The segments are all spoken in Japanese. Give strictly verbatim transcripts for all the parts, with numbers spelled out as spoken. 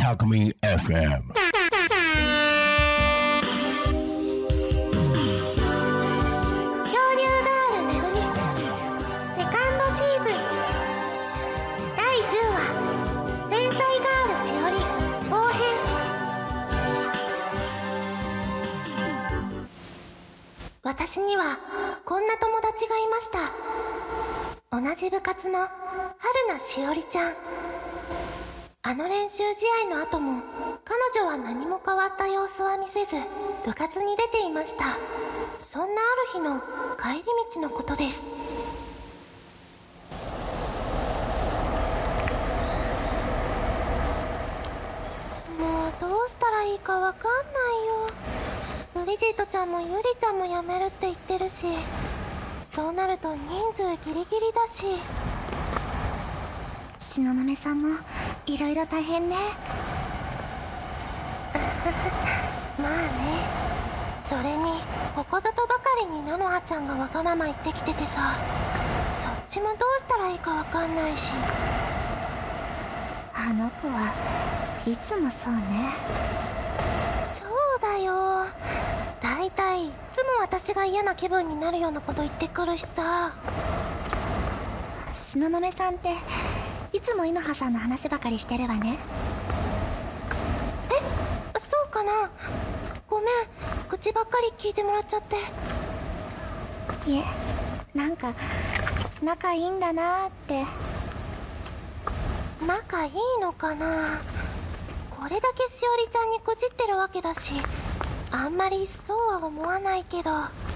Alchemy エフエム。 漂流ガールめぐみセカンドシーズンだいじゅうわ繊細ガールしおり後編。私にはこんな友達がいました。同じ部活の春名しおりちゃん。あの練習試合の後も彼女は何も変わった様子は見せず部活に出ていました。そんなある日の帰り道のことです。もうどうしたらいいかわかんないよ。ブリジットちゃんもユリちゃんも辞めるって言ってるし、そうなると人数ギリギリだし。 東雲さんもいろいろ大変ね。 まあね。それにここぞとばかりに菜の葉ちゃんがわがまま言ってきててさ、そっちもどうしたらいいかわかんないし。 あの子はいつもそうね。 そうだよ。だいたいいつも私が嫌な気分になるようなこと言ってくるしさ。 東雲さんっていつもいのはさんの話ばかりしてるわね。 え、そうかな。ごめん、口ばっかり聞いてもらっちゃって。 いえ、なんか仲いいんだなーって。 仲いいのかな。これだけしおりちゃんにこじってるわけだし、あんまりそうは思わないけど。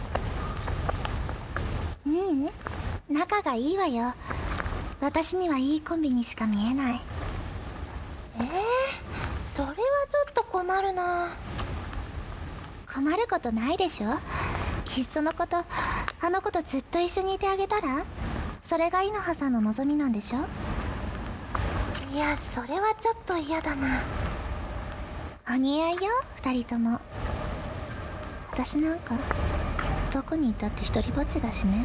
ううん、仲がいいわよ。私にはいいコンビにしか見えない。 えー、それはちょっと困るな。 困ることないでしょ。いっそのこと、あの子とずっと一緒にいてあげたら。それがいのはさんの望みなんでしょ。 いや、それはちょっと嫌だな。 お似合いよ、二人とも。私なんかどこにいたって一人ぼっちだしね。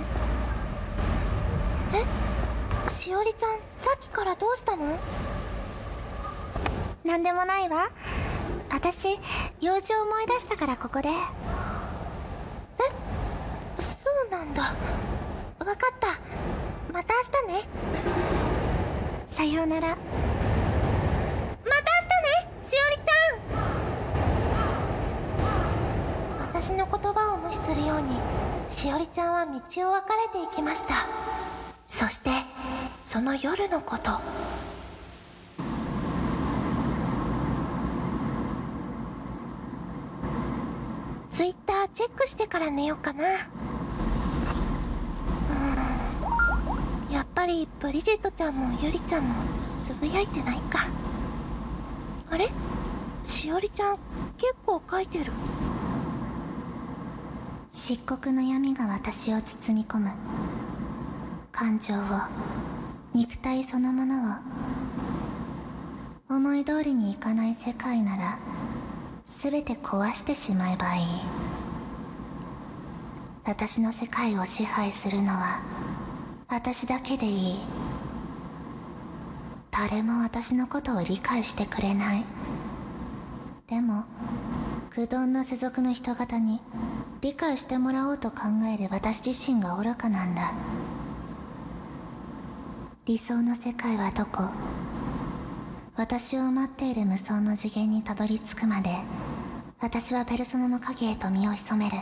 え、しおりちゃん、さっきからどうしたの？ なんでもないわ。私、用事を思い出したからここで。 え、そうなんだ。わかった。また明日ね。 さようなら。 また明日ね、しおりちゃん。私の言葉を無視するようにしおりちゃんは道を分かれていきました。そしてその夜のこと。ツイッターチェックしてから寝ようかな。うん、やっぱりブリジットちゃんもユリちゃんもつぶやいてないか。あれ、しおりちゃん結構書いてる。 漆黒の闇が私を包み込む。感情を、肉体そのものを。思い通りにいかない世界なら全て壊してしまえばいい。私の世界を支配するのは私だけでいい。誰も私のことを理解してくれない。でも愚鈍な世俗の人型に理解してもらおうと考える私自身が愚かなんだ。理想の世界はどこ？私を待っている無双の次元にたどり着くまで、私はペルソナの影へと身を潜める。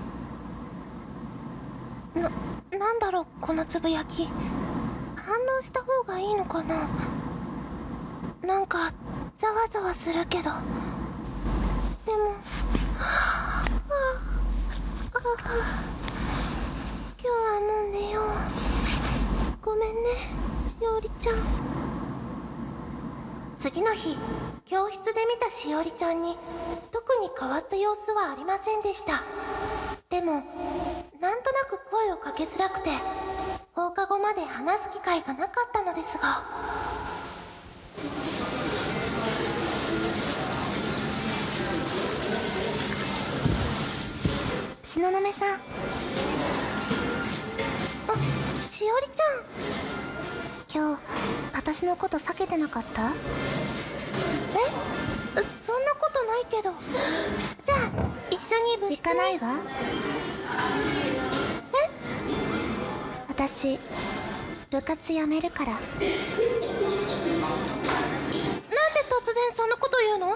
な、なんだろう、このつぶやき。反応した方がいいのかな。なんかざわざわするけど。でも、はあ、はあ、今日はもう寝よう。ごめんね、しおりちゃん。次の日、教室で見たしおりちゃんに特に変わった様子はありませんでした。でもなんとなく声をかけづらくて放課後まで話す機会がなかったのですが、 東雲さん。 あ、しおりちゃん。 今日私のこと避けてなかった？ え、そんなことないけど。じゃあ一緒に部室に。 行かないわ。 え、 私部活やめるから。 なんで突然そんなこと言うの？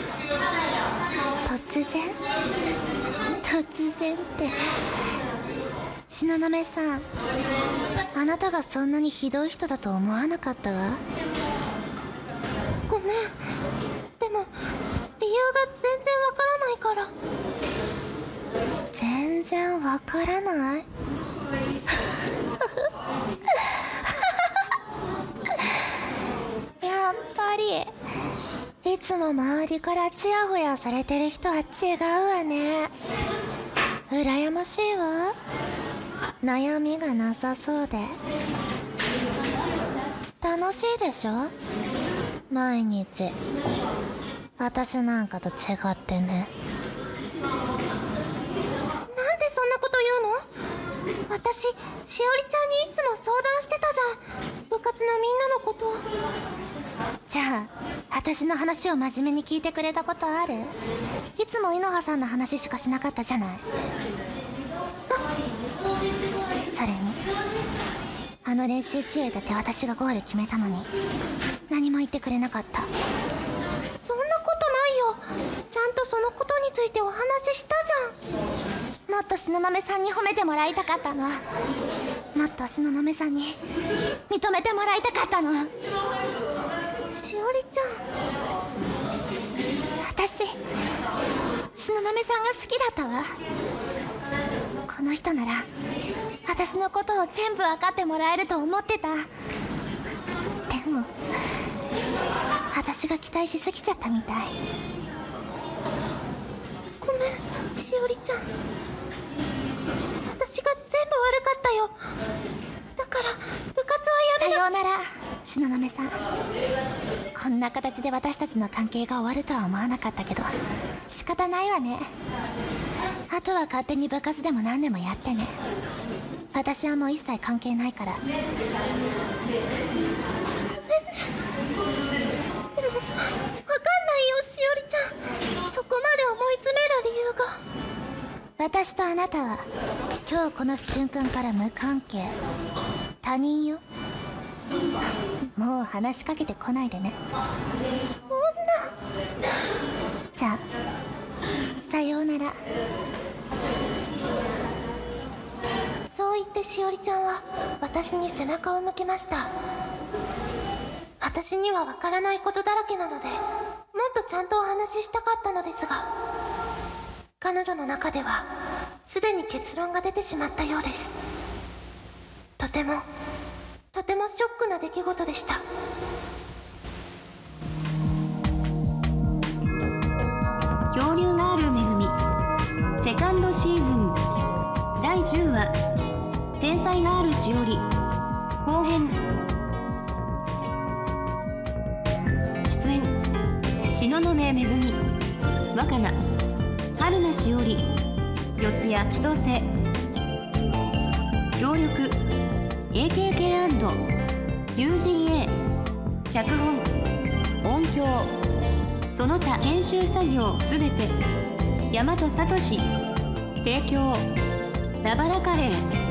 突然突然って東雲さん、あなたがそんなにひどい人だと思わなかったわ。 ごめん。でも理由が全然わからないから。 全然わからない？やっぱりいつも周りからチヤホヤされてる人は違うわね。羨ましいわ。悩みがなさそうで。楽しいでしょ毎日。私なんかと違ってね。 なんでそんなこと言うの？私、しおりちゃんにいつも相談してたじゃん、部活のみんなのこと。 じゃあ私の話を真面目に聞いてくれたことある？いつも井ノ葉さんの話しかしなかったじゃない。それにあの練習試合だって私がゴール決めたのに何も言ってくれなかった。 そんなことないよ。ちゃんとそのことについてお話ししたじゃん。 もっと東雲さんに褒めてもらいたかったの。もっと東雲さんに認めてもらいたかったの。 しおりちゃん、 私東雲さんが好きだったわ。この人なら私のことを全部分かってもらえると思ってた。でも私が期待しすぎちゃったみたい。 ごめん、しおりちゃん。私が全部悪かったよ。だから部活はやめな。 さようなら東雲さん。こんな形で私たちの関係が終わるとは思わなかったけど仕方ないわね。あとは勝手に部活でも何でもやってね。私はもう一切関係ないから。 でも分かんないよ、しおりちゃん。そこまで思い詰める理由が。 私とあなたは今日この瞬間から無関係。他人よ。もう話しかけてこないでね。 そんな。 じゃあさようなら。 そう言ってしおりちゃんは私に背中を向けました。私にはわからないことだらけなので、もっとちゃんとお話ししたかったのですが、彼女の中ではすでに結論が出てしまったようです。とてもとてもショックな出来事でした。 漂流がある恵みセカンドシーズンだいじゅうわ、繊細があるしおり後編。出演東雲恵み、若菜、春名しおり、四谷千歳。協力 エーケーケー& ユージーエー。 脚本音響その他編集作業すべて大和聡。提供ラバラカレー。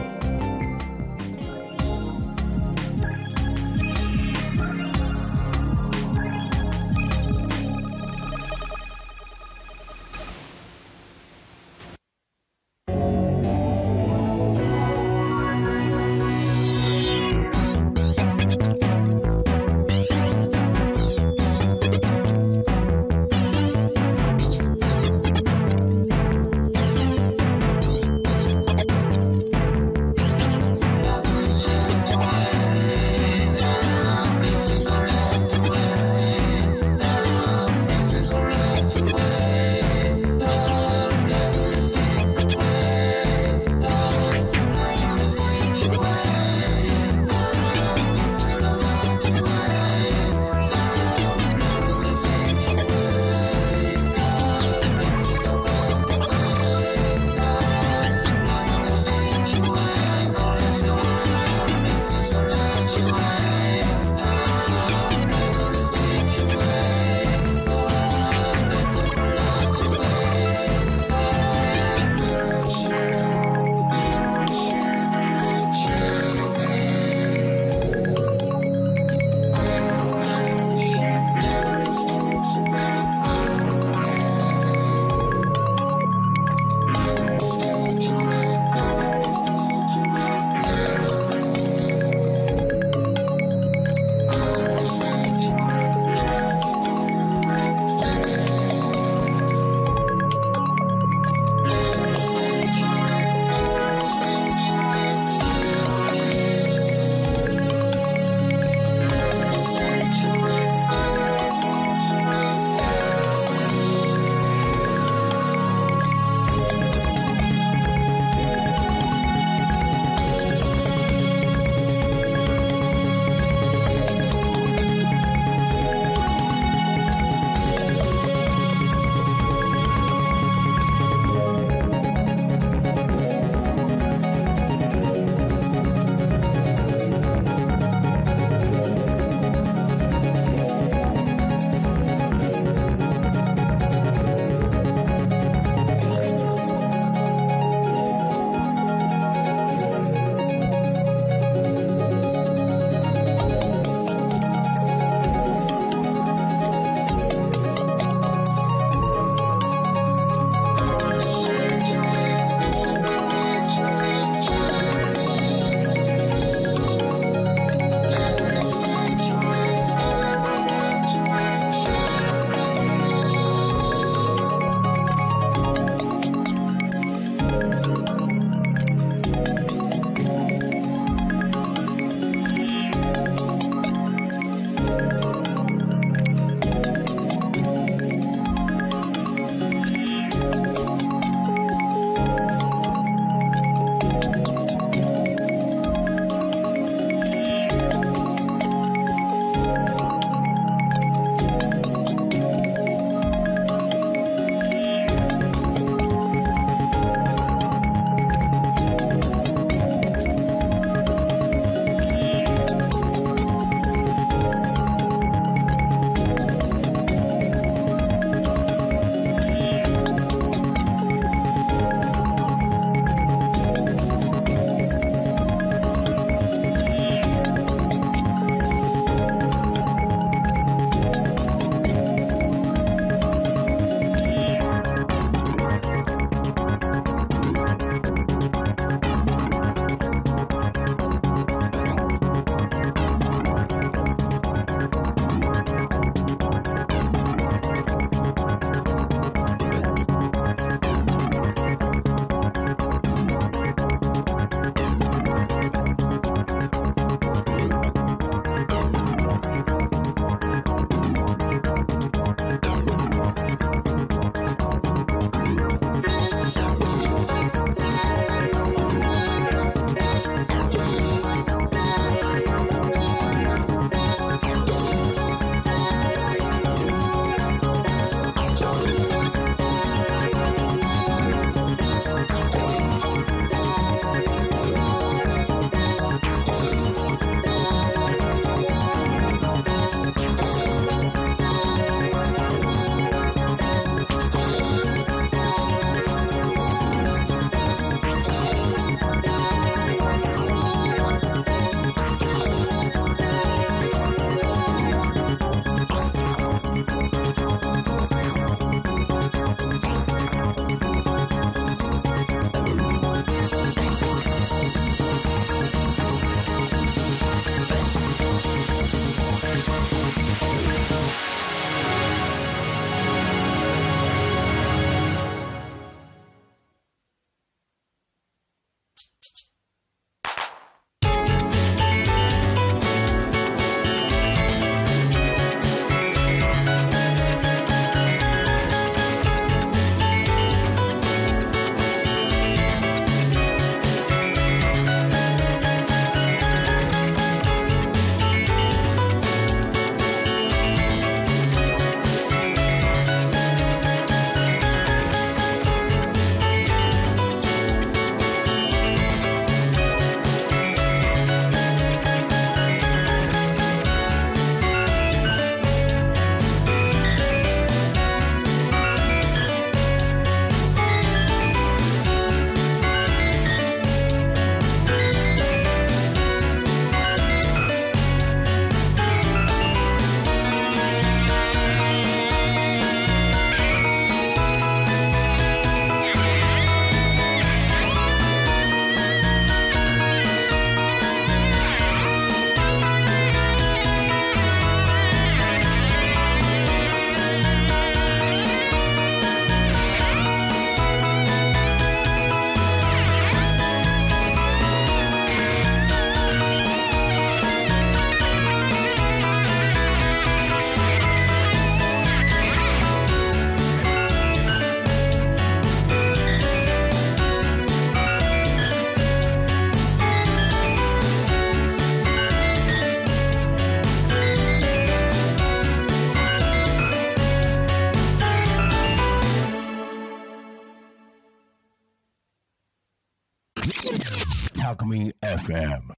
Talk Me エフエム